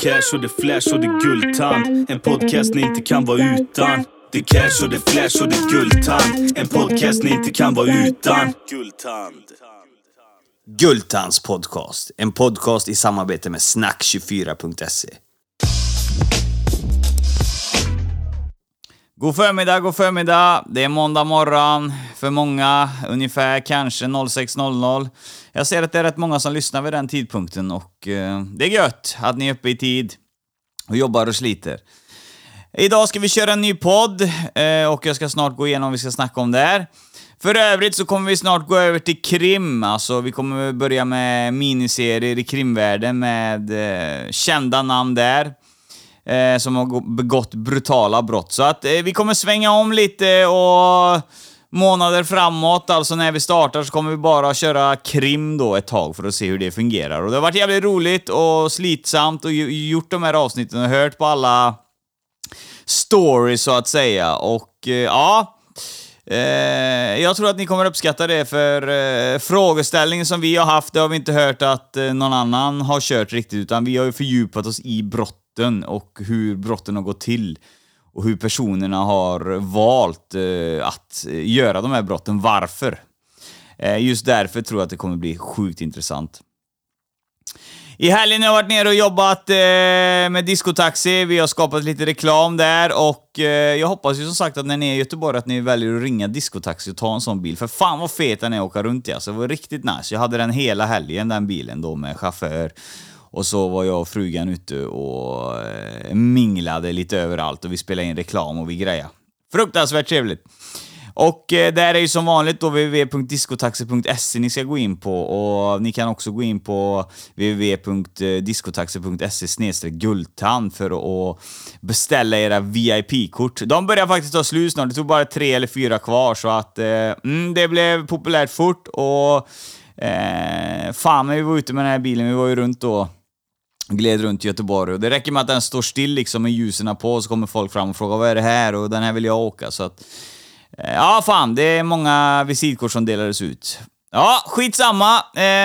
cash och det flash och det guldtand. En podcast ni inte kan vara utan. Det cash och det flash och det guldtand. En podcast ni inte kan vara utan. Guldtand. Guldtands podcast. En podcast i samarbete med snack24.se. God förmiddag. Det är måndag morgon. För många ungefär kanske 06.00. Jag ser att det är rätt många som lyssnar vid den tidpunkten. Och det är gött att ni är uppe i tid och jobbar och sliter. Idag ska vi köra en ny podd. Och jag ska snart gå igenom vad vi ska snacka om där. För övrigt så kommer vi snart gå över till krim. Alltså vi kommer börja med miniserier i krimvärlden med kända namn där. Som har begått brutala brott. Så att vi kommer svänga om lite och månader framåt, alltså när vi startar så kommer vi bara köra krim då ett tag för att se hur det fungerar. Och det har varit jävligt roligt och slitsamt och gjort de här avsnitten och hört på alla stories så att säga. Och jag tror att ni kommer uppskatta det, för frågeställningen som vi har haft, det har vi inte hört att någon annan har kört riktigt, utan vi har ju fördjupat oss i brotten och hur brotten har gått till och hur personerna har valt att göra de här brotten. Varför? Just därför tror jag att det kommer bli sjukt intressant. I helgen har jag varit nere och jobbat med Discotaxi. Vi har skapat lite reklam där och jag hoppas ju som sagt att när ni är i Göteborg att ni väljer att ringa Discotaxi och ta en sån bil. För fan vad fet den är att åka runt i. Alltså, det var riktigt nice. Jag hade den hela helgen, den bilen då, med chaufför. Och så var jag och frugan ute och minglade lite överallt och vi spelade in reklam och vi grejade. Fruktansvärt trevligt. Och där är ju som vanligt då www.discotaxi.se ni ska gå in på, och ni kan också gå in på www.discotaxi.se/guldtand för att beställa era VIP-kort. De börjar faktiskt ta slut snart, det tog bara 3 eller 4 kvar, så att det blev populärt fort. Och fan, när vi var ute med den här bilen, vi var ju runt då, gled runt i Göteborg, och det räcker med att den står still liksom med ljusen på, så kommer folk fram och frågar vad är det här, och den här vill jag åka. Så att ja, fan, det är många visitkort som delades ut. Ja, skitsamma.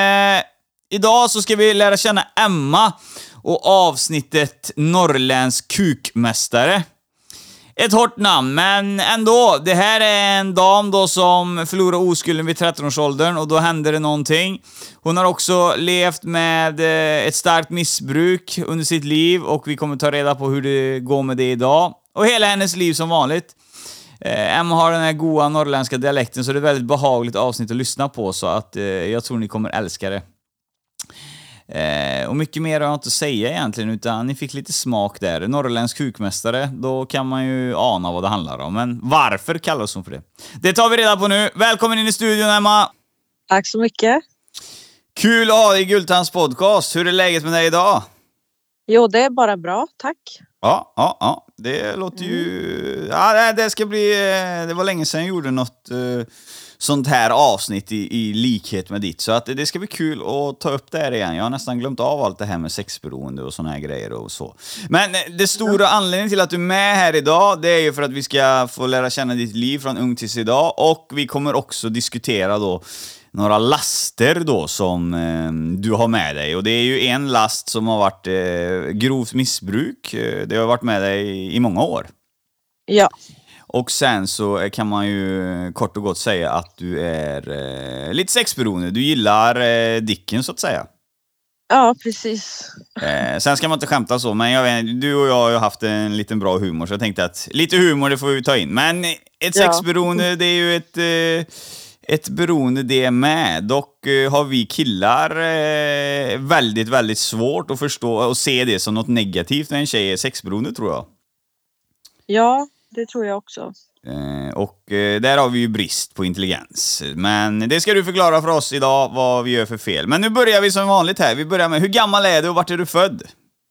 Idag så ska vi lära känna Emma och avsnittet Norrländsk kukmästare. Ett hårt namn, men ändå. Det här är en dam då som förlorade oskulden vid 13-årsåldern och då hände det någonting. Hon har också levt med ett starkt missbruk under sitt liv och vi kommer ta reda på hur det går med det idag. Och hela hennes liv som vanligt. Emma har den här goa norrländska dialekten, så det är ett väldigt behagligt avsnitt att lyssna på, så att jag tror ni kommer älska det. Och mycket mer har jag inte att säga egentligen, utan ni fick lite smak där. Norrländsk kukmästare, då kan man ju ana vad det handlar om. Men varför kallas hon för det? Det tar vi reda på nu. Välkommen in i studion, Emma. Tack så mycket. Kul att ha dig i Guldtands podcast. Hur är läget med dig idag? Jo, det är bara bra, tack. Ja. Det låter ju... Ja, det ska bli... Det var länge sedan jag gjorde något sånt här avsnitt i likhet med ditt. Så att det ska bli kul att ta upp det här igen. Jag har nästan glömt av allt det här med sexberoende och såna här grejer och så. Men det stora anledningen till att du är med här idag, det är ju för att vi ska få lära känna ditt liv från ung tills idag. Och vi kommer också diskutera då några laster då som du har med dig. Och det är ju en last som har varit grovt missbruk. Det har varit med dig i många år. Ja. Och sen så kan man ju kort och gott säga att du är lite sexberoende. Du gillar Dicken så att säga. Ja, precis. Sen ska man inte skämta så, men jag vet, du och jag har ju haft en liten bra humor, så jag tänkte att lite humor det får vi ta in. Men ett sexberoende, det är ju ett beroende det med. Dock har vi killar väldigt, väldigt svårt att förstå och se det som något negativt när en tjej är sexberoende, tror jag. Ja, det tror jag också. Och där har vi ju brist på intelligens. Men det ska du förklara för oss idag vad vi gör för fel. Men nu börjar vi som vanligt här. Vi börjar med, hur gammal är du och vart är du född?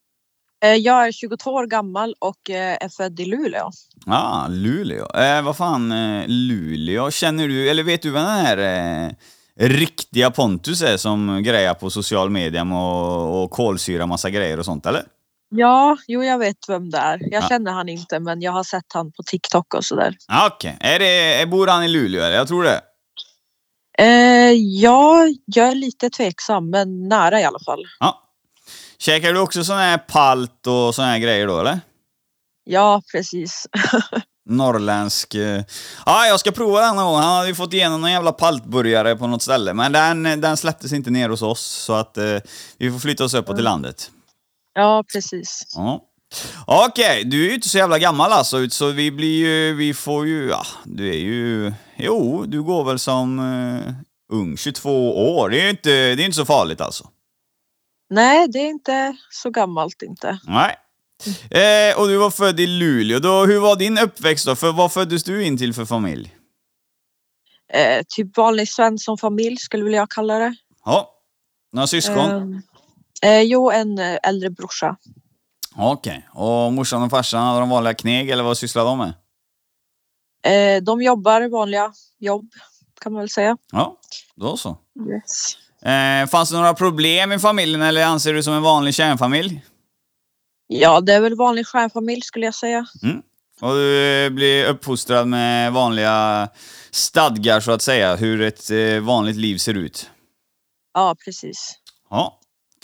Jag är 22 år gammal och är född i Luleå. Luleå. Vad fan, Luleå? Känner du, eller vet du vad den här riktiga Pontus är som grejer på social media och kolsyra massa grejer och sånt, eller? Ja, jo jag vet vem det är. Jag känner han inte, men jag har sett han på TikTok och sådär. Okej. Bor han i Luleå? Jag tror det. Ja, jag är lite tveksam, men nära i alla fall. Ja. Käkar du också sån här palt och såna här grejer då, eller? Ja, precis. Norrländsk... Ja, jag ska prova den någon gång. Han hade ju fått igenom någon jävla paltburgare på något ställe. Men den släpptes inte ner hos oss. Så att vi får flytta oss uppåt till landet. Ja, precis. Ja. Okej, du är ju inte så jävla gammal alltså. Så vi får ju... Ja, du är ju... Jo, du går väl som ung, 22 år. Det är inte så farligt alltså. Nej, det är inte så gammalt inte. Nej. Och du var född i Luleå. Hur var din uppväxt då? För vad föddes du in till för familj? Typ vanlig Svensson-familj skulle jag kalla det. Ja. Några syskon? Jo, en äldre brorsa. Okej. Och morsan och farsan, hade de vanliga kneg eller vad sysslar de med? De jobbar vanliga jobb kan man väl säga. Ja, då så. Yes. Fanns det några problem i familjen eller anser du som en vanlig kärnfamilj? Ja, det är väl vanlig stjärnfamilj skulle jag säga. Mm. Och du blir uppfostrad med vanliga stadgar så att säga, hur ett vanligt liv ser ut. Ja, precis. Ja.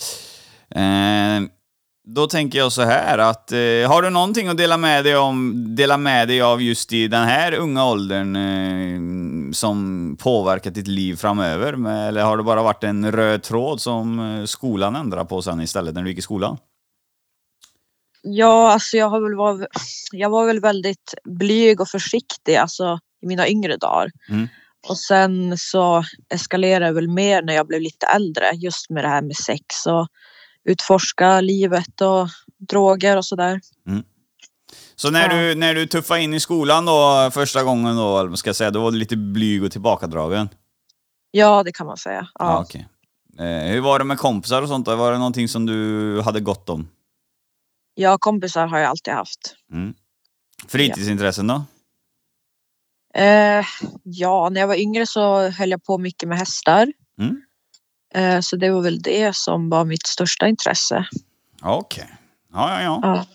Då tänker jag så här att har du någonting att dela med dig av just i den här unga åldern som påverkat ditt liv framöver? Eller har det bara varit en röd tråd som skolan ändrar på sen istället när du gick i skolan? Ja, alltså jag var väl väldigt blyg och försiktig alltså i mina yngre dagar. Mm. Och sen så eskalerade det väl mer när jag blev lite äldre just med det här med sex och utforska livet och droger och sådär. Mm. Så när du tuffade in i skolan då första gången då, eller ska jag säga, då var du lite blyg och tillbakadragen? Ja, det kan man säga. Ja. Ja, okej. Hur var det med kompisar och sånt? Var det någonting som du hade gott om? Ja, kompisar har jag alltid haft. Mm. Fritidsintressen då? Ja, när jag var yngre så höll jag på mycket med hästar. Mm. Så det var väl det som var mitt största intresse. Okej. Ja. Ja.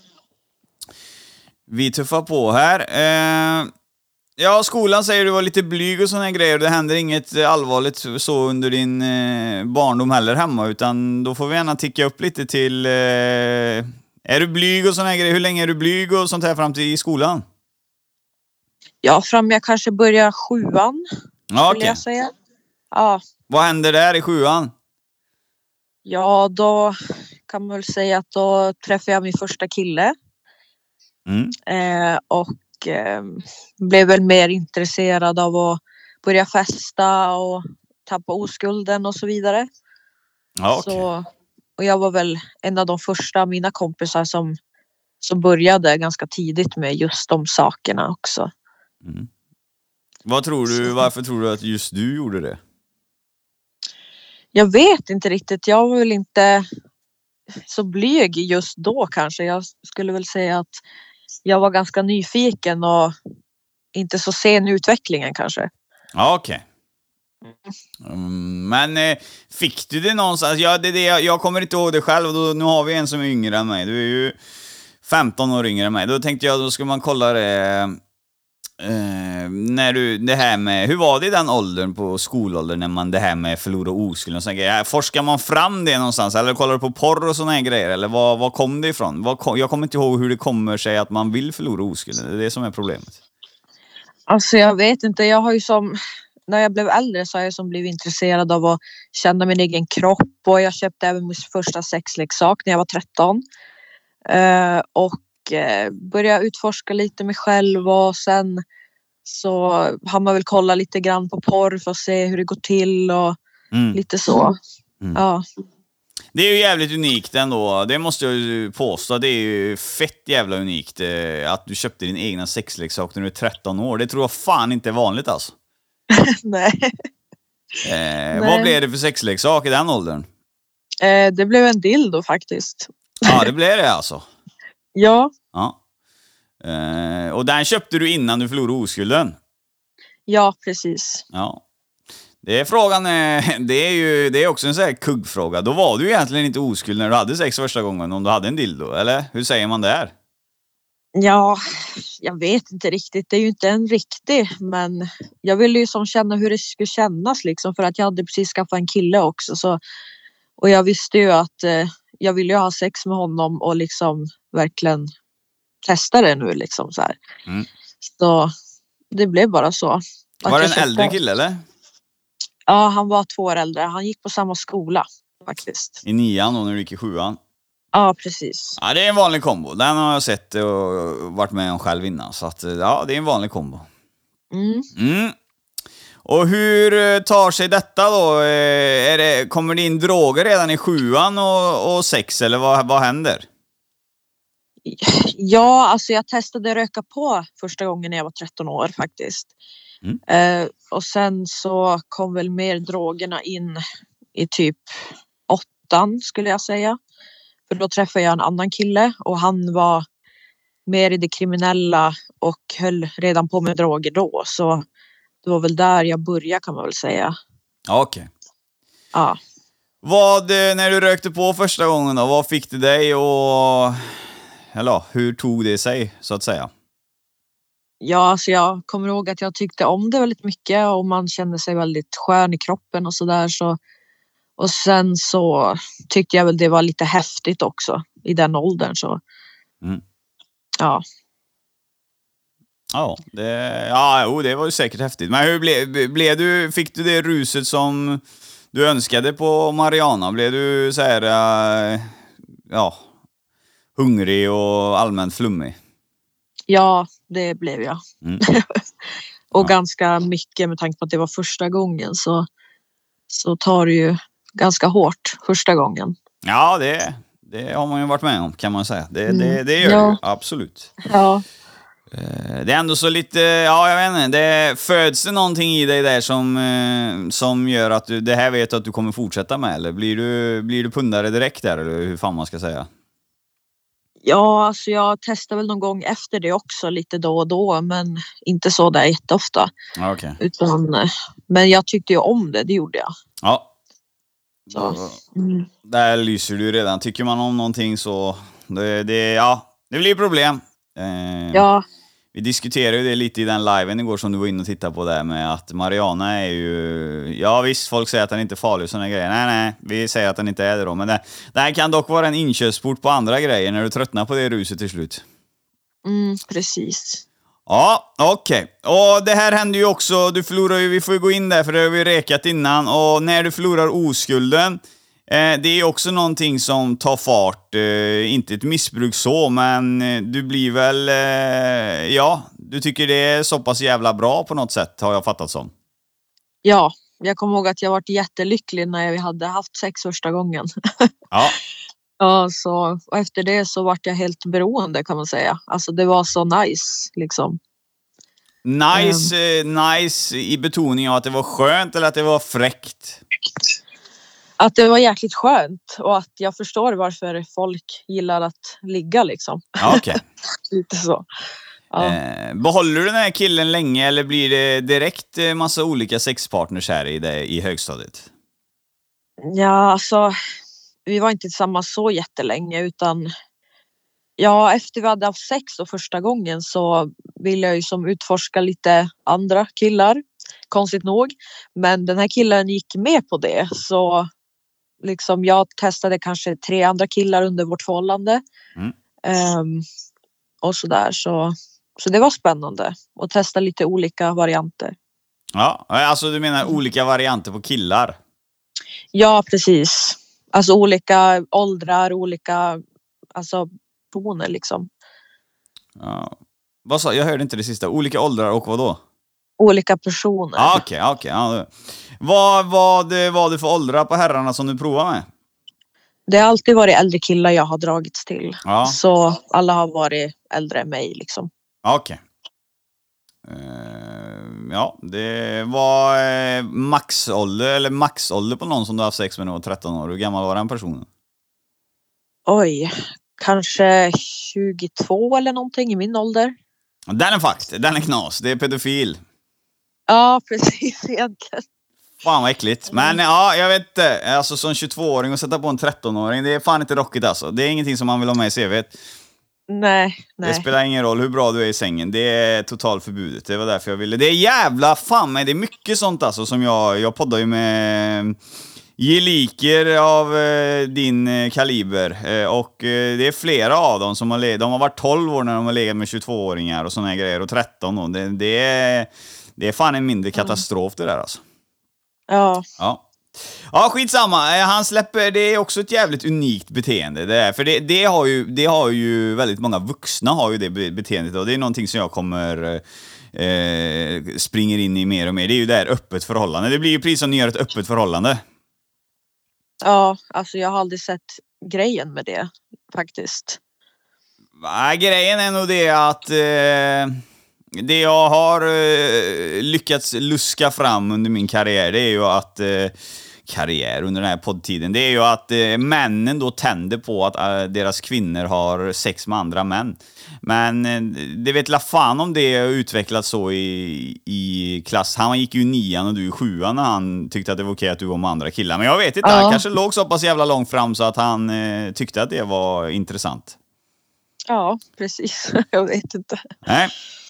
Vi tuffar på här. Ja, skolan säger du var lite blyg och såna här grejer. Det händer inget allvarligt så under din barndom heller hemma, utan då får vi gärna ticka upp lite till... är du blyg och såna här grejer? Hur länge är du blyg och sånt här fram till i skolan? Ja, jag kanske börjar 7:an. Ja, Skulle jag säga. Ja. Vad händer där i 7:an? Ja, då kan man väl säga att då träffade jag min första kille. Och blev väl mer intresserad av att börja festa och tappa oskulden och så vidare. Ja, okay. Och jag var väl en av de första mina kompisar som började ganska tidigt med just de sakerna också. Mm. Varför tror du att just du gjorde det? Jag vet inte riktigt. Jag var väl inte så blyg just då kanske. Jag skulle väl säga att jag var ganska nyfiken och inte så sen i utvecklingen kanske. Ja, okej. Men fick du det någonstans? Ja, jag kommer inte ihåg det själv. Och nu har vi en som är yngre än mig. Du är ju 15 år yngre än mig. Då tänkte jag, då ska man kolla det... det här med, hur var det i den åldern på skolåldern när man det här med förlora oskulden och såna grejer? Forskar man fram det någonstans eller kollar du på porr och såna här grejer eller vad kom det ifrån? Jag kommer inte ihåg hur det kommer sig att man vill förlora oskulden. Det är det som är problemet. Alltså jag vet inte, jag har ju när jag blev äldre så har jag blivit intresserad av att känna min egen kropp och jag köpte även min första sexleksak när jag var 13. Och började utforska lite mig själv och sen så har man väl kollat lite grann på porr för att se hur det går till och lite så. Ja. Det är ju jävligt unikt ändå, det måste jag ju påstå. Det är ju fett jävla unikt att du köpte din egna sexleksak när du är 13 år. Det tror jag fan inte är vanligt alltså. Nej. Vad blev det för sexleksak i den åldern? Det blev en dildo faktiskt. Ja, det blev det alltså. Ja. Och den köpte du innan du förlorade oskulden? Ja, precis. Ja. Det är frågan, det är också en sån här kuggfråga. Då var du egentligen inte oskuld när du hade sex första gången om du hade en dildo, eller? Hur säger man där? Ja, jag vet inte riktigt. Det är ju inte en riktig, men jag ville ju känna hur det skulle kännas liksom, för att jag hade precis skaffat en kille också. Och jag visste ju att jag ville ju ha sex med honom och liksom verkligen testa det nu liksom så här. Så det blev bara så. Var det en äldre kille eller? Ja, han var 2 år äldre. Han gick på samma skola faktiskt. I 9:an och när du gick i 7:an? Ja, precis. Ja, det är en vanlig kombo. Den har jag sett och varit med om själv innan. Så att, ja, det är en vanlig kombo. Och hur tar sig detta då? Kommer det in droger redan i 7:an och 6 eller vad händer? Ja, alltså jag testade röka på första gången när jag var 13 år faktiskt. Och sen så kom väl mer drogerna in i typ 8:an skulle jag säga. För då träffade jag en annan kille och han var mer i det kriminella och höll redan på med droger då. Så det var väl där jag började kan man väl säga. Okej. Ja. När du rökte på första gången då, vad fick det dig och eller hur tog det sig så att säga? Ja, alltså jag kommer ihåg att jag tyckte om det väldigt mycket och man kände sig väldigt skön i kroppen och sådär så. Och sen så tyckte jag väl det var lite häftigt också i den åldern så. Ja. Ja, det var ju säkert häftigt. Men hur fick du det ruset som du önskade på Mariana? Blev du så här hungrig och allmänt flummig? Ja, det blev jag. Och ganska mycket med tanke på att det var första gången så tar det ju ganska hårt första gången. Ja, det har man ju varit med om kan man säga. Det gör det absolut. Ja. Det är ändå så lite, jag vet inte, det föds det någonting i dig där som gör att det här vet att du kommer fortsätta med, eller blir du pundare direkt där, eller hur fan man ska säga? Ja, alltså jag testar väl någon gång efter det också lite då och då, men inte så där jätteofta. Okay. Men jag tyckte ju om det gjorde jag. Ja. Där lyser du redan. Tycker man om någonting så det blir problem. Ja. Vi diskuterade ju det lite i den liven igår som du var inne och tittade på där med att Mariana är ju... Ja visst, folk säger att den inte är farlig och såna grejer. Nej, vi säger att den inte är det då. Men det här kan dock vara en inkörsport på andra grejer när du tröttnar på det ruset till slut. Precis. Ja, okej. Och det här händer ju också, du förlorar ju, vi får ju gå in där för det har vi rekat innan. Och när du förlorar oskulden, det är också någonting som tar fart. Inte ett missbruk så, men du blir väl, du tycker det är så pass jävla bra på något sätt, har jag fattat som. Ja, jag kommer ihåg att jag varit jättelycklig när vi hade haft sex första gången. Ja. Ja, och efter det så vart jag helt beroende kan man säga. Alltså det var så nice liksom. Nice i betoning av att det var skönt eller att det var fräckt? Att det var jäkligt skönt och att jag förstår varför folk gillar att ligga liksom. Ja, okej. Lite så. Ja. Behåller du den här killen länge eller blir det direkt massa olika sexpartners här i högstadiet? Ja, alltså vi var inte tillsammans så jättelänge utan efter vi hade haft sex och första gången så ville jag ju som utforska lite andra killar, konstigt nog. Men den här killen gick med på det så liksom jag testade kanske 3 andra killar under vårt förhållande. Och sådär så det var spännande att testa lite olika varianter. Ja, alltså du menar olika varianter på killar? Ja, precis. Alltså olika åldrar, olika toner liksom. Ja. Vad sa jag? Hörde inte det sista. Olika åldrar och vad då? Olika personer. Okej. Ja. Vad var det för åldrar på herrarna som du provade med? Det har alltid varit äldre killar jag har dragits till. Ja. Så alla har varit äldre än mig liksom. Okej. Det var maxålder på någon som du har haft sex med när du var 13 år. Hur gammal var den personen? Oj, kanske 22 eller någonting i min ålder. Den är fakt, den är knas, det är pedofil. Ja, precis egentligen. Fan vad äckligt. Men ja, jag vet inte. Alltså som 22-åring och sätta på en 13-åring, det är fan inte rockigt alltså. Det är ingenting som man vill ha med i CV:t. Nej. Det spelar ingen roll hur bra du är i sängen. Det är total förbudet. Det var därför jag ville. Det är jävla fan, men det är mycket sånt alltså som jag poddar ju med geliker av din kaliber. Och det är flera av dem som har de har varit 12 år när de har legat med 22-åringar och såna här grejer. Och 13 år. Det är fan en mindre katastrof det där alltså. Ja. Ja, skitsamma. Han släpper, det är också ett jävligt unikt beteende. Det är, för det har ju väldigt många vuxna har ju det beteendet. Och det är någonting som jag kommer springer in i mer och mer. Det är ju det här öppet förhållande. Det blir ju precis som ni gör ett öppet förhållande. Ja, alltså jag har aldrig sett grejen med det faktiskt. Grejen är nog det att det jag har lyckats luska fram under min karriär, det är ju att under den här poddtiden, det är ju att männen då tänder på att deras kvinnor har sex med andra män. Men det vet la fan om det har utvecklats så i klass. Han gick ju 9 och du i 7 när han tyckte att det var okej att du var med andra killar. Men jag vet inte, han kanske låg så pass jävla långt fram så att han tyckte att det var intressant. Ja, precis. Jag vet inte. Nej.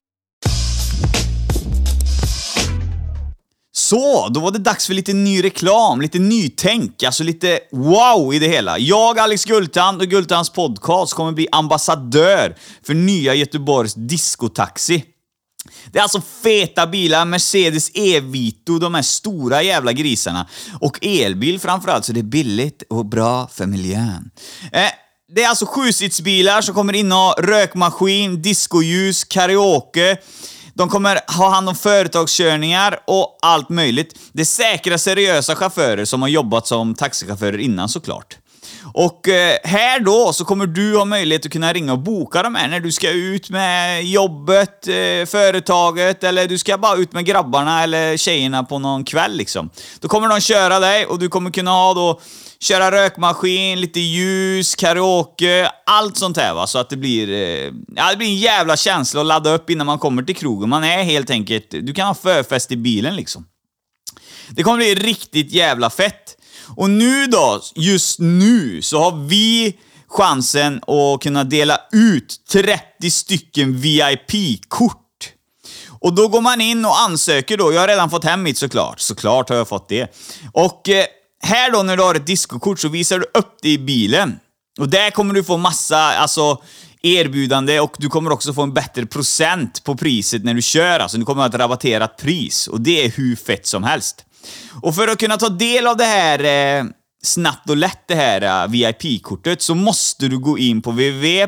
Så, då var det dags för lite ny reklam, lite nytänk, alltså lite wow i det hela. Jag, Alex Gultan och Gultans podcast kommer bli ambassadör för nya Göteborgs diskotaxi. Det är alltså feta bilar, Mercedes E-Vito, de här stora jävla grisarna. Och elbil framförallt, så det är billigt och bra för miljön. Det är alltså 7-sitsbilar som kommer in ha rökmaskin, discoljus, karaoke. De kommer ha hand om företagskörningar och allt möjligt. Det är säkra, seriösa chaufförer som har jobbat som taxichaufförer innan såklart. Och här då så kommer du ha möjlighet att kunna ringa och boka dem här när du ska ut med jobbet, företaget, eller du ska bara ut med grabbarna eller tjejerna på någon kväll liksom. Då kommer de köra dig och du kommer kunna ha då köra rökmaskin, lite ljus, karaoke, allt sånt här va. Så att det blir en jävla känsla att ladda upp innan man kommer till krogen. Man är helt enkelt, du kan ha förfest i bilen liksom. Det kommer bli riktigt jävla fett. Och nu då, just nu, så har vi chansen att kunna dela ut 30 stycken VIP-kort. Och då går man in och ansöker då. Jag har redan fått hem mitt såklart. Såklart har jag fått det. Och här då när du har ett diskokort så visar du upp det i bilen. Och där kommer du få massa erbjudande och du kommer också få en bättre procent på priset när du kör. Alltså du kommer att ha ett rabatterat pris. Och det är hur fett som helst. Och för att kunna ta del av det här snabbt och lätt, det här VIP-kortet, så måste du gå in på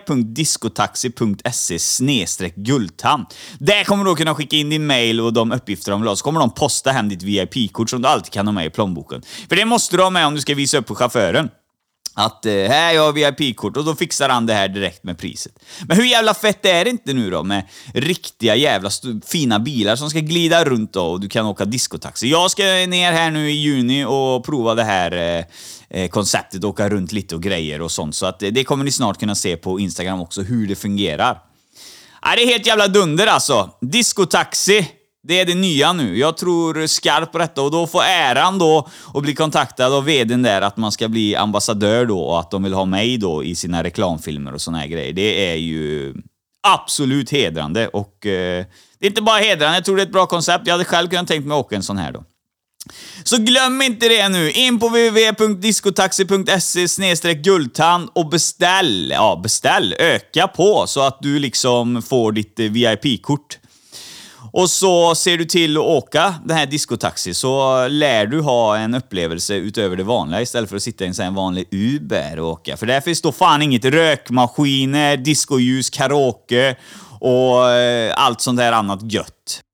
www.discotaxi.se/gultan. Där kommer du kunna skicka in din mail och de uppgifter de vill ha, så kommer de posta hem ditt VIP-kort som du alltid kan ha med i plånboken. För det måste du ha med om du ska visa upp på chauffören. Att här jag har VIP-kort och då fixar han det här direkt med priset. Men hur jävla fett är det inte nu då med riktiga jävla fina bilar som ska glida runt då och du kan åka diskotaxi. Jag ska ner här nu i juni och prova det här konceptet, åka runt lite och grejer och sånt. Så att det kommer ni snart kunna se på Instagram också hur det fungerar. Det är helt jävla dunder alltså. Diskotaxi. Det är det nya nu. Jag tror skarpt på detta och då får äran då att bli kontaktad av vdn där att man ska bli ambassadör då och att de vill ha mig då i sina reklamfilmer och såna här grejer. Det är ju absolut hedrande och det är inte bara hedrande, jag tror det är ett bra koncept. Jag hade själv kunnat tänkt mig att åka en sån här då. Så glöm inte det nu. In på www.discotaxi.se/gultan och beställ. Ja, beställ. Öka på så att du liksom får ditt VIP-kort. Och så ser du till att åka den här diskotaxi så lär du ha en upplevelse utöver det vanliga istället för att sitta i en sån här vanlig Uber och åka. För där finns då fan inget rökmaskiner, discoljus, karaoke och allt sånt där annat gött.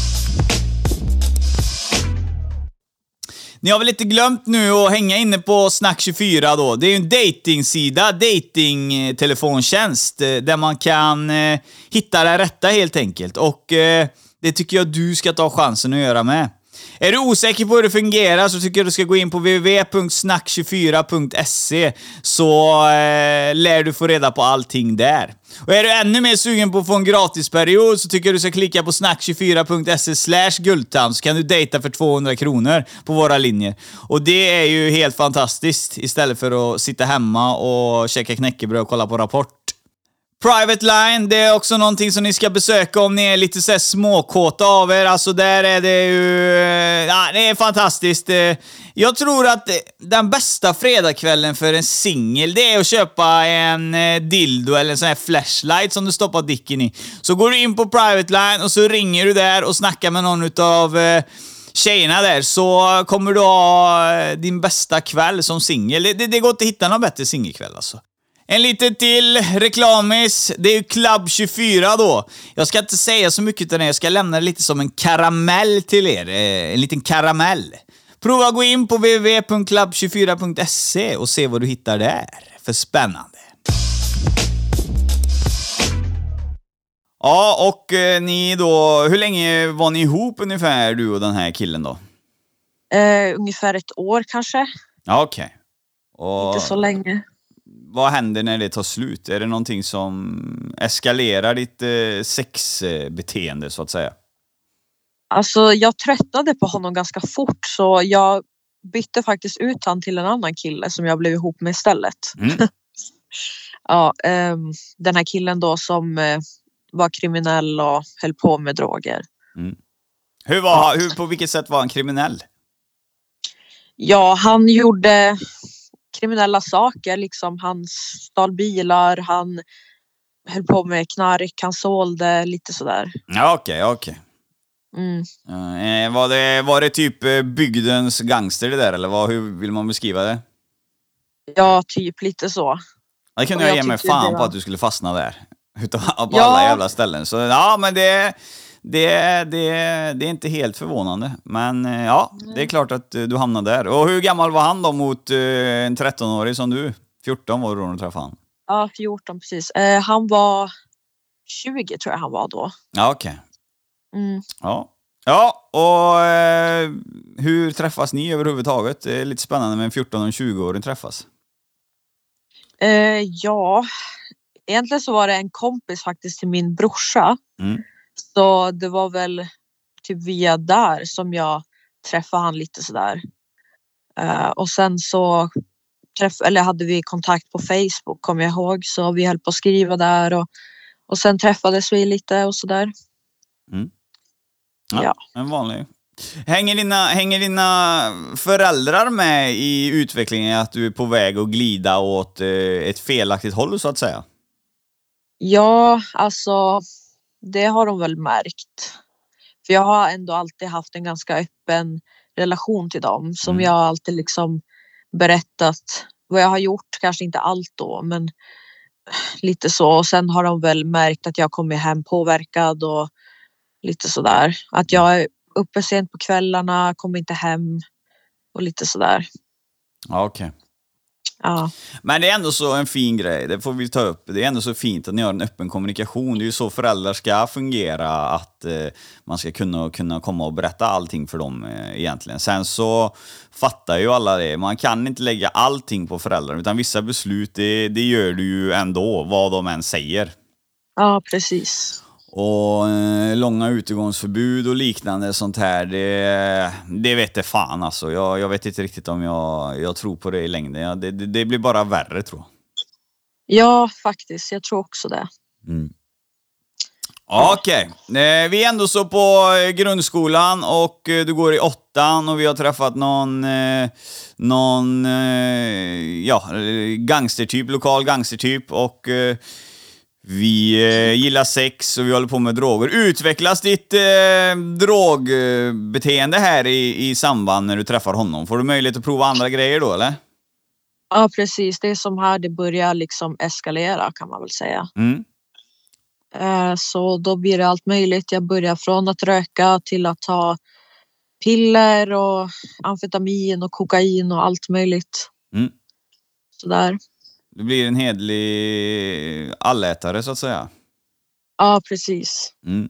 Ni har väl inte glömt nu att hänga inne på Snack24 då. Det är ju en datingsida, datingtelefontjänst där man kan hitta det rätta helt enkelt. Och det tycker jag du ska ta chansen att göra med. Är du osäker på hur det fungerar så tycker jag du ska gå in på www.snack24.se så lär du få reda på allting där. Och är du ännu mer sugen på att få en gratisperiod så tycker jag du ska klicka på snack24.se/gultan så kan du dejta för 200 kronor på våra linjer. Och det är ju helt fantastiskt istället för att sitta hemma och käka knäckebröd och kolla på Rapport. Private Line, det är också någonting som ni ska besöka om ni är lite så här småkåta av er. Alltså där är det ju... Ja, det är fantastiskt. Jag tror att den bästa fredagskvällen för en singel, det är att köpa en dildo eller en sån här flashlight som du stoppar dicken i. Så går du in på Private Line och så ringer du där och snackar med någon utav tjejerna där, så kommer du ha din bästa kväll som singel. Det går inte att hitta någon bättre singelkväll alltså. En liten till reklamis. Det är ju Club 24 då. Jag ska inte säga så mycket utan jag ska lämna det lite som en karamell till er. En liten karamell. Prova att gå in på www.club24.se och se vad du hittar där. För spännande. Ja, och ni då... Hur länge var ni ihop ungefär, du och den här killen då? Ungefär 1 år kanske. Ja, okej. Och... Inte så länge. Vad händer när det tar slut? Är det någonting som eskalerar ditt sexbeteende så att säga? Alltså jag tröttnade på honom ganska fort så jag bytte faktiskt ut han till en annan kille som jag blev ihop med istället. Ja, den här killen då som var kriminell och höll på med droger. På vilket sätt var han kriminell? Ja, han gjorde kriminella saker, liksom han stal bilar, han höll på med knark, han sålde lite sådär. Ja, okej. Var det typ bygdens gangster det där, eller hur vill man beskriva det? Ja, typ lite så. Det kunde jag ge mig fan på att du skulle fastna där. På alla jävla ställen. Så ja, men det är inte helt förvånande. Men ja, det är klart att du hamnade där. Och hur gammal var han då mot en 13-årig som du? 14 var du då när du träffade han? Ja, 14 precis. Han var 20 tror jag han var då. Ja, okej. Ja, och hur träffas ni överhuvudtaget? Det är lite spännande med en 14 och en 20-åring träffas. Ja, egentligen så var det en kompis faktiskt till min brorsa. Så det var väl typ via där som jag träffade han lite sådär. Och sen så hade vi kontakt på Facebook, kommer jag ihåg. Så vi höll på att skriva där och sen träffades vi lite och sådär. Ja, en vanlig. Hänger dina föräldrar med i utvecklingen att du är på väg att glida åt ett felaktigt håll så att säga? Ja, alltså det har de väl märkt. För jag har ändå alltid haft en ganska öppen relation till dem. Som jag alltid liksom berättat vad jag har gjort. Kanske inte allt då, men lite så. Och sen har de väl märkt att jag kommer hem påverkad och lite sådär. Att jag är uppe sent på kvällarna, kommer inte hem och lite sådär. Ja, okej. Ja. Men det är ändå så en fin grej, det får vi ta upp. Det är ändå så fint att ni har en öppen kommunikation. Det är ju så föräldrar ska fungera, att man ska kunna komma och berätta allting för dem egentligen. Sen så fattar ju alla det. Man kan inte lägga allting på föräldrar, utan vissa beslut, det gör du ju ändå, vad de än säger. Ja, precis. Och långa utegångsförbud och liknande sånt här, det vet jag fan alltså. Jag vet inte riktigt om jag tror på det i längden. Det blir bara värre, tror jag. Ja, faktiskt. Jag tror också det. Okej. Vi är ändå så på grundskolan och du går i 8:an och vi har träffat någon gangstertyp, lokal gangstertyp, och vi gillar sex och vi håller på med droger. Utvecklas ditt drogbeteende här i samband när du träffar honom? Får du möjlighet att prova andra grejer då, eller? Ja, precis. Det är som här det börjar liksom eskalera, kan man väl säga. Så då blir det allt möjligt. Jag börjar från att röka till att ta piller och amfetamin och kokain och allt möjligt. Sådär. Du blir en hedlig allätare så att säga. Ja, precis.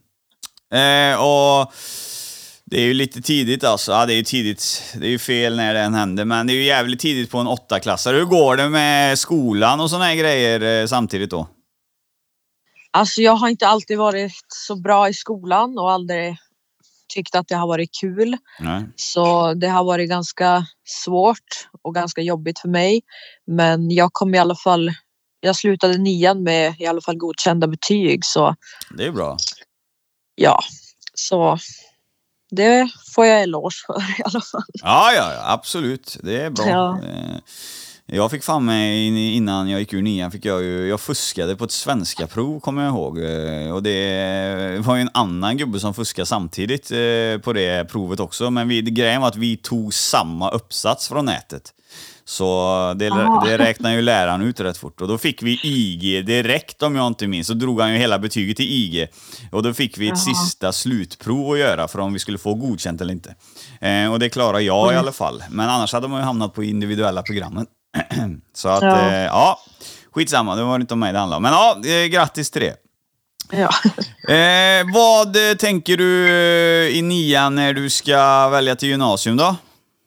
Och det är ju lite tidigt alltså. Ja, det är ju tidigt. Det är ju fel när det än händer. Men det är ju jävligt tidigt på en 8-klassare. Hur går det med skolan och såna här grejer samtidigt då? Alltså jag har inte alltid varit så bra i skolan och aldrig tyckt att det har varit kul. Nej. Så det har varit ganska svårt och ganska jobbigt för mig. Men jag jag slutade 9:an med i alla fall godkända betyg. Så Det är bra. ja, så det får jag eloge för i alla fall. Ja, absolut. Det är bra. Ja. Jag fick fan mig innan jag gick ur 9:an jag fuskade på ett svenska prov, kommer jag ihåg. Och det var ju en annan gubbe som fuskade samtidigt på det provet också. Men grejen var att vi tog samma uppsats från nätet. Så det räknar ju läraren ut rätt fort. Och då fick vi IG direkt, om jag inte minns. Så drog han ju hela betyget till IG. Och då fick vi ett sista slutprov att göra för om vi skulle få godkänt eller inte. Och det klarar jag i alla fall. Men annars hade man ju hamnat på individuella programmen. Så att, skitsamma. Det var inte om mig det handlade om. Men ja, grattis till det. Ja. Vad tänker du i 9:an när du ska välja till gymnasium då?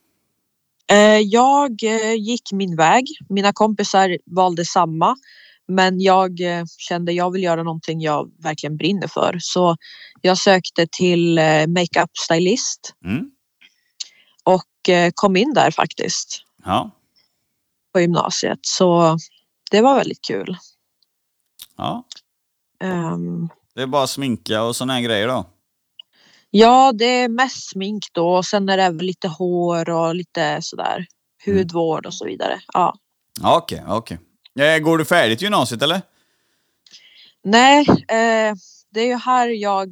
Jag gick min väg. Mina kompisar valde samma. Men jag kände jag vill göra någonting jag verkligen brinner för. Så jag sökte till makeup stylist. Och kom in där faktiskt. Ja. På gymnasiet. Så det var väldigt kul. Ja. Det är bara sminka och såna här grejer då? Ja, det är mest smink då. Och sen är det även lite hår och lite sådär. Hudvård och så vidare. Ja. Okej. Går du färdigt gymnasiet eller? Nej, det är ju här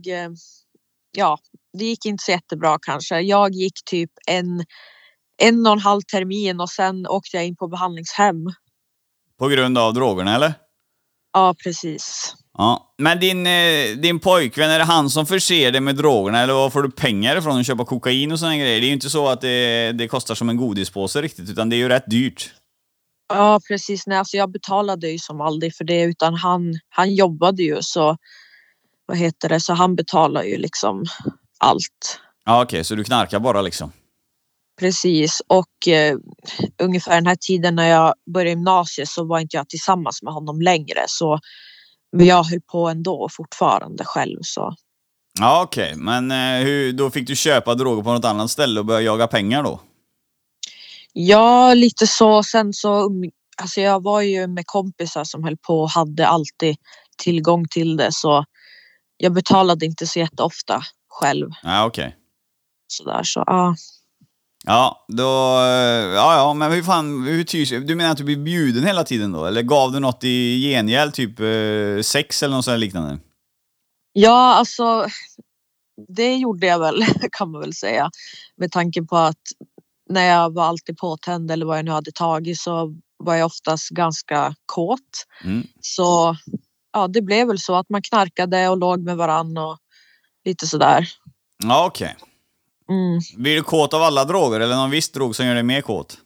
det gick inte så jättebra kanske. Jag gick typ en och en halv termin och sen åkte jag in på behandlingshem. På grund av drogerna eller? Ja, precis. Ja. Men din pojkvän, är det han som förser dig med drogerna eller vad får du pengar ifrån att köpa kokain och såna grejer? Det är ju inte så att det kostar som en godispåse riktigt, utan det är ju rätt dyrt. Ja, precis. Nej, alltså jag betalade ju som aldrig för det, utan han jobbade ju så så han betalar ju liksom allt. Ja, okej, så du knarkar bara liksom? Precis, och ungefär den här tiden när jag började gymnasiet så var inte jag tillsammans med honom längre, så men jag höll på ändå fortfarande själv så. Ja, okej. Men då fick du köpa droger på något annat ställe och börja jaga pengar då? Ja, lite så. Sen så, alltså jag var ju med kompisar som höll på och hade alltid tillgång till det, så jag betalade inte så jätteofta själv. Ja, okej. Sådär, så ja. Ja, men hur tyrs du menar att du blir bjuden hela tiden då? Eller gav du något i gengäld, typ sex eller något sådant liknande? Ja, alltså det gjorde jag väl, kan man väl säga. Med tanke på att när jag var alltid påtänd eller vad jag nu hade tagit så var jag oftast ganska kåt. Så ja, det blev väl så att man knarkade och låg med varann och lite sådär. Ja, okej. Blir du kåt av alla droger eller någon viss drog som gör dig mer kåt?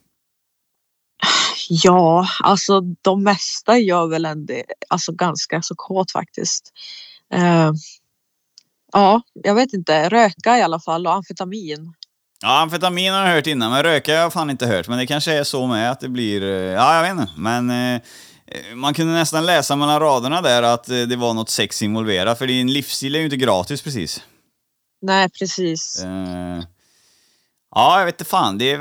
Ja, alltså de mesta gör väl ändå alltså ganska så kåt faktiskt. Ja, jag vet inte. Röka i alla fall och amfetamin. Ja, amfetamin har jag hört innan, men röka har jag fan inte hört. Men det kanske är så med att det blir... Ja, jag vet inte. Men man kunde nästan läsa mellan raderna där att det var något sex involverat. För din livsstil är ju inte gratis precis. Nej, precis. Ja, jag vet inte fan. Det är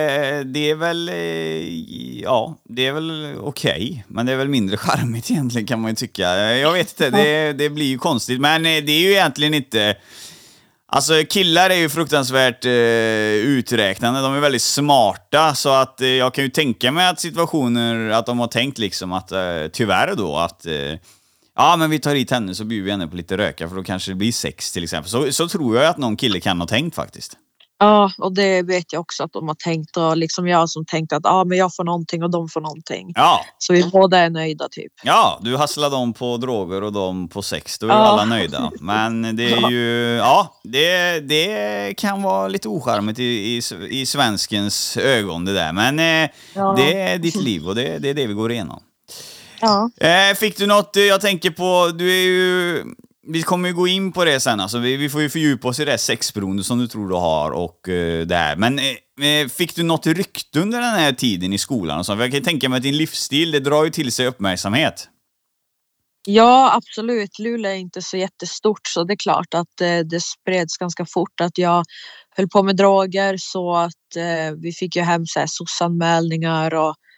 väl okej. Men det är väl mindre charmigt egentligen, kan man ju tycka. Jag vet inte, det blir ju konstigt. Men det är ju egentligen inte... Alltså killar är ju fruktansvärt uträknande. De är väldigt smarta. Så att jag kan ju tänka mig att situationer, att de har tänkt liksom att tyvärr då att... Ja, men vi tar hit henne så bjuder vi henne på lite röka för då kanske det blir sex till exempel. Så tror jag att någon kille kan ha tänkt faktiskt. Ja, och det vet jag också att de har tänkt. Och liksom jag som tänkt att men jag får någonting och de får någonting. Ja. Så vi båda är nöjda typ. Ja, du hasslar dem på droger och dem på sex. Då är alla nöjda. Men det är ju... Ja, det kan vara lite ocharmigt i svenskens ögon det där. Men det är ditt liv och det är det vi går igenom. Ja. Fick du något, jag tänker på, du är ju... Vi kommer ju gå in på det sen, alltså vi får ju fördjupa oss i det sexberoende som du tror du har och det här. Men fick du något rykte under den här tiden i skolan? Och så? Jag kan tänka mig att din livsstil, det drar ju till sig uppmärksamhet. Ja, absolut. Luleå är inte så jättestort, så det är klart att det spreds ganska fort att jag höll på med droger, så att vi fick ju hem så här SOS-anmälningar och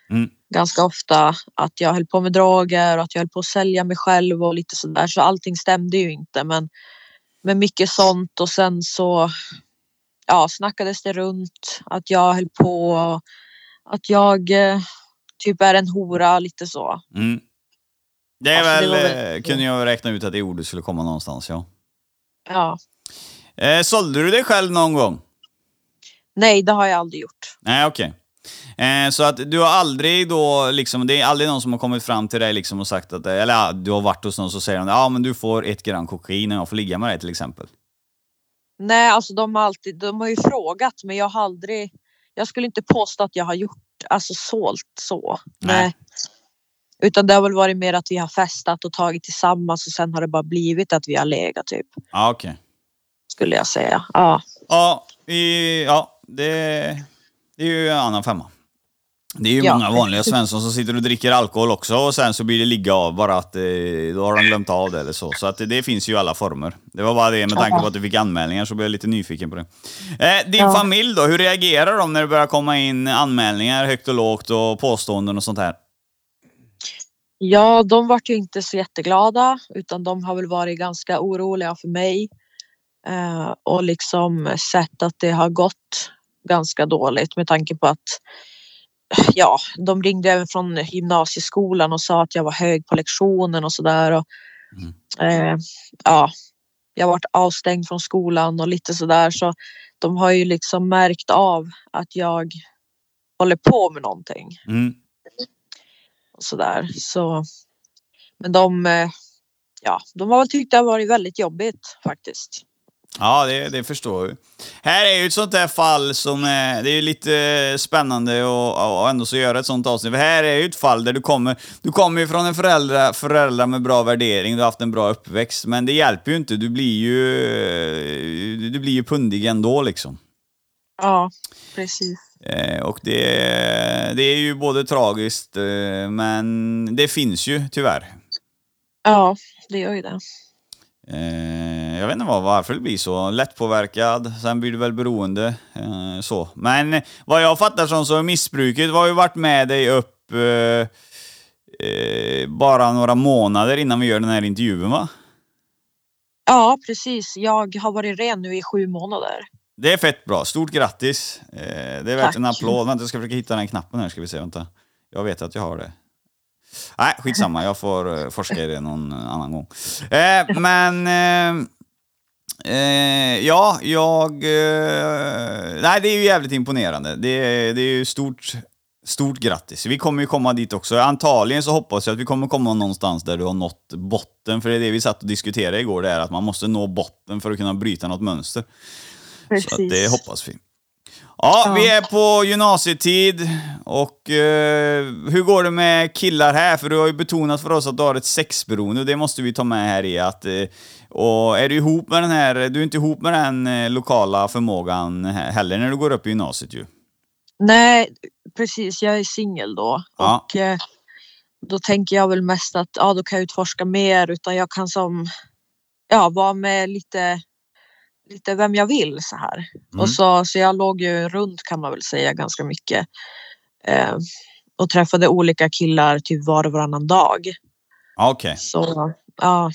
ganska ofta att jag höll på med droger och att jag höll på att sälja mig själv och lite sådär. Så allting stämde ju inte, men mycket sånt. Och sen så snackades det runt att jag höll på och att jag typ är en hora, lite så. Det är Alltså, väl, kunde jag räkna ut att det ordet skulle komma någonstans, ja. Ja. Sålde du dig själv någon gång? Nej, det har jag aldrig gjort. Nej, okej. Så att du har aldrig då liksom, det är aldrig någon som har kommit fram till dig liksom och sagt att, eller ja, du har varit hos någon så säger de, men du får 1 gram kokain och jag får ligga med dig till exempel. Nej, alltså de har ju frågat, men jag skulle inte påstå att jag har gjort, alltså sålt så. Nej. Utan det har väl varit mer att vi har festat och tagit tillsammans och sen har det bara blivit att vi har legat typ. Ja, okej. Skulle jag säga, ja. Ja, det är ju en annan femma. Det är ju många vanliga Svensson som sitter och dricker alkohol också och sen så blir det ligga av bara att då har de glömt av det eller så. Så att det finns ju alla former. Det var bara det med tanke på att du fick anmälningar så blev jag lite nyfiken på det. Din familj då, hur reagerar de när det börjar komma in anmälningar högt och lågt och påståenden och sånt här? Ja, de var ju inte så jätteglada utan de har väl varit ganska oroliga för mig. Och liksom sett att det har gått ganska dåligt med tanke på att de ringde även från gymnasieskolan och sa att jag var hög på lektionen och sådär. Jag varit avstängd från skolan och lite sådär, så de har ju liksom märkt av att jag håller på med någonting. Och sådär. Så, men de har väl tyckt det har varit väldigt jobbigt faktiskt. Ja, det förstår jag. Här är ju ett sånt där fall som det är lite spännande och ändå så göra ett sånt avsnitt. För här är ju ett fall där du kommer ju från en föräldrar med bra värdering, du har haft en bra uppväxt, men det hjälper ju inte. Du blir ju pundig ändå liksom. Ja, precis. Och det är ju både tragiskt, men det finns ju tyvärr. Ja, det gör ju det. Jag vet inte varför det blir så. Lättpåverkad, sen blir du väl beroende. Så. Men vad jag fattar som så missbruket har ju varit med dig upp bara några månader innan vi gör den här intervjun, va? Ja, precis. Jag har varit ren nu i 7 månader. Det är fett bra. Stort grattis. Det är värt en applåd. Vänta, jag ska försöka hitta den knappen här, ska vi se. Vänta. Jag vet att jag har det. Nej, skitsamma. Jag får forska i det någon annan gång. Nej, det är ju jävligt imponerande. Det är ju stort grattis. Vi kommer ju komma dit också. Antagligen så hoppas jag att vi kommer komma någonstans där du har nått botten. För det är det vi satt och diskuterade igår. Det är att man måste nå botten för att kunna bryta något mönster. Precis. Så att det hoppas vi. Ja, vi är på gymnasietid och hur går det med killar här? För du har ju betonat för oss att du har ett sexberoende och det måste vi ta med här i att och är du ihop med du är inte ihop med den lokala förmågan heller när du går upp i gymnasiet ju. Nej, precis. Jag är singel då och då tänker jag väl mest att då kan jag utforska mer, utan jag kan vara med lite vem jag vill så här. Och så jag låg ju runt, kan man väl säga, ganska mycket och träffade olika killar typ var och varannan dag. Okej. Så ja.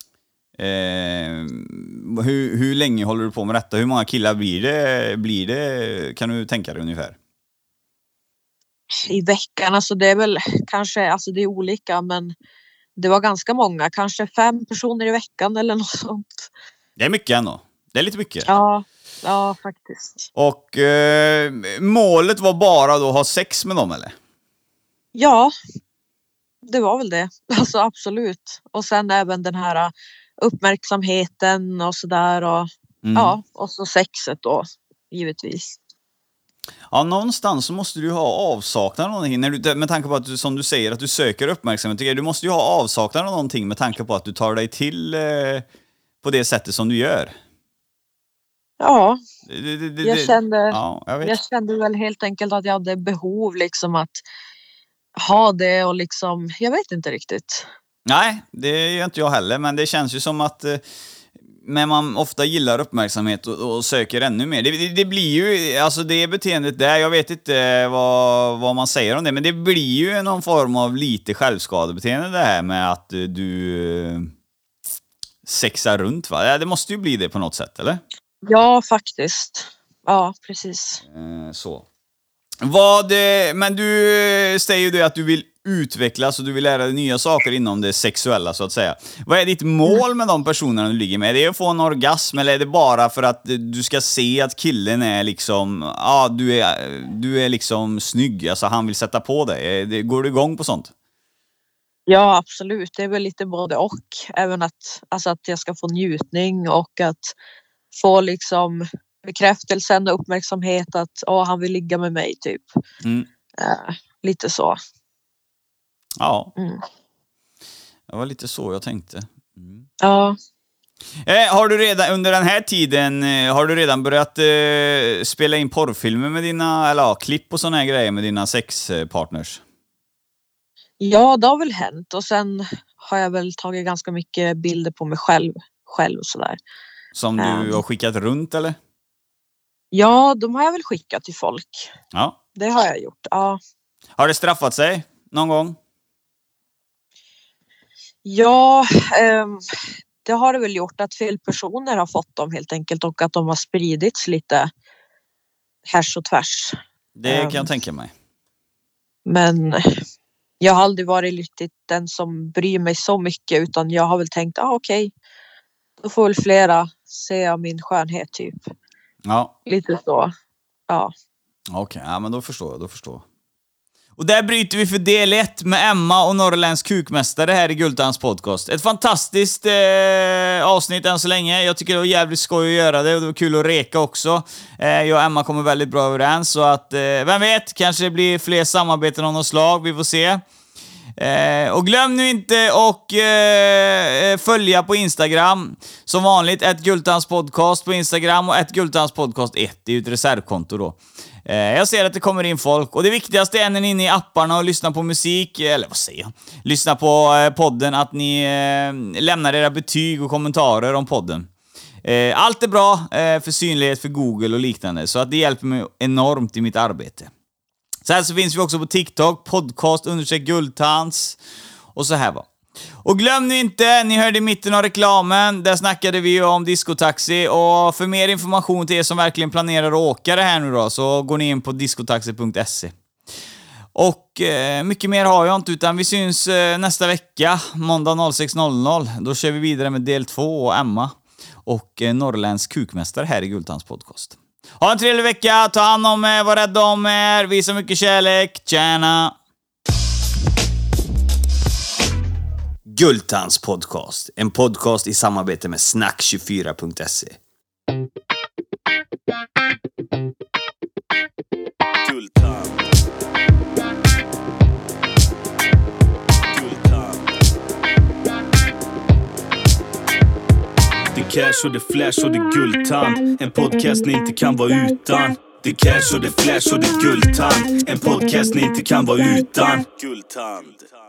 Hur länge håller du på med detta? Hur många killar blir det kan du tänka dig ungefär? I veckan, alltså det är väl kanske, alltså det är olika, men det var ganska många, kanske 5 personer i veckan eller något sånt. Det är mycket ändå. Det är lite mycket. Ja, faktiskt. Och målet var bara då att ha sex med dem, eller? Ja, det var väl det. Alltså absolut. Och sen även den här uppmärksamheten och sådär. Och, och så sexet då, givetvis. Ja, någonstans så måste du ha avsaknad av någonting. Med tanke på att du, som du säger, att du söker uppmärksamhet. Du måste ju ha avsaknad av någonting med tanke på att du tar dig till på det sättet som du gör. Ja, jag kände väl helt enkelt att jag hade behov liksom att ha det och liksom, jag vet inte riktigt. Nej, det gör inte jag heller, men det känns ju som att men man ofta gillar uppmärksamhet och söker ännu mer. Det blir ju, alltså det beteendet där, jag vet inte vad man säger om det, men det blir ju någon form av lite självskadebeteende det här med att du sexar runt, va? Det måste ju bli det på något sätt, eller? Ja, faktiskt. Ja, precis. Så. Men du säger ju det att du vill utvecklas och du vill lära dig nya saker inom det sexuella, så att säga. Vad är ditt mål med de personerna du ligger med? Är det att få en orgasm, eller är det bara för att du ska se att killen är liksom, du är liksom snygg, alltså han vill sätta på dig? Går du igång på sånt? Ja, absolut. Det är väl lite både och. Även att jag ska få njutning och att få liksom bekräftelsen och uppmärksamhet att han vill ligga med mig typ. Lite så. Ja. Det var lite så jag tänkte. Ja. Har du redan under den här tiden börjat spela in porrfilmer med dina, klipp och såna här grejer med dina sexpartners? Ja, det har väl hänt. Och sen har jag väl tagit ganska mycket bilder på mig själv och sådär. Som du har skickat runt, eller? Ja, de har jag väl skickat till folk. Ja. Det har jag gjort, ja. Har det straffat sig någon gång? Ja, det har det väl gjort, att fel personer har fått dem helt enkelt, och att de har spridits lite härs och tvärs. Det kan jag tänka mig. Men jag har aldrig varit riktigt den som bryr mig så mycket, utan jag har väl tänkt, okej, då får väl flera se min skönhet typ. Ja. Lite så, ja. Okej, ja, men då förstår jag. Och där bryter vi för del 1 med Emma och Norrländsk kukmästare här i Gultans podcast. Ett fantastiskt avsnitt än så länge. Jag tycker det var jävligt skoj att göra det, och det var kul att reka också. Jag och Emma kommer väldigt bra överens, så att vem vet, kanske det blir fler samarbeten av något slag, vi får se. Och glöm nu inte och följa på Instagram. Som vanligt, @Gultanspodcast på Instagram och @Gultanspodcast1. Det är ju ett reservkonto då. Jag ser att det kommer in folk, och det viktigaste är när ni är inne i apparna och lyssnar på musik, eller vad säger jag? Lyssnar på podden, att ni lämnar era betyg och kommentarer om podden. Allt är bra för synlighet för Google och liknande, så att det hjälper mig enormt i mitt arbete. Så här så finns vi också på TikTok, podcast_Gultans och så här va. Och glöm nu inte, ni hörde i mitten av reklamen, där snackade vi ju om diskotaxi, och för mer information till er som verkligen planerar att åka det här nu då, så går ni in på diskotaxi.se. Och mycket mer har jag inte, utan vi syns nästa vecka, måndag 06:00. Då kör vi vidare med del 2 och Emma och Norrländsk kukmästare här i Gultans podcast. Ha en trevlig vecka, ta hand om er, var rädda om er, visa mycket kärlek, tjena! Gultans podcast, en podcast i samarbete med snack24.se. Gultan. Det cash och det flash och det Gultan. En podcast ni inte kan vara utan. Det cash och det flash och det Gultan. En podcast ni inte kan vara utan. Gultan.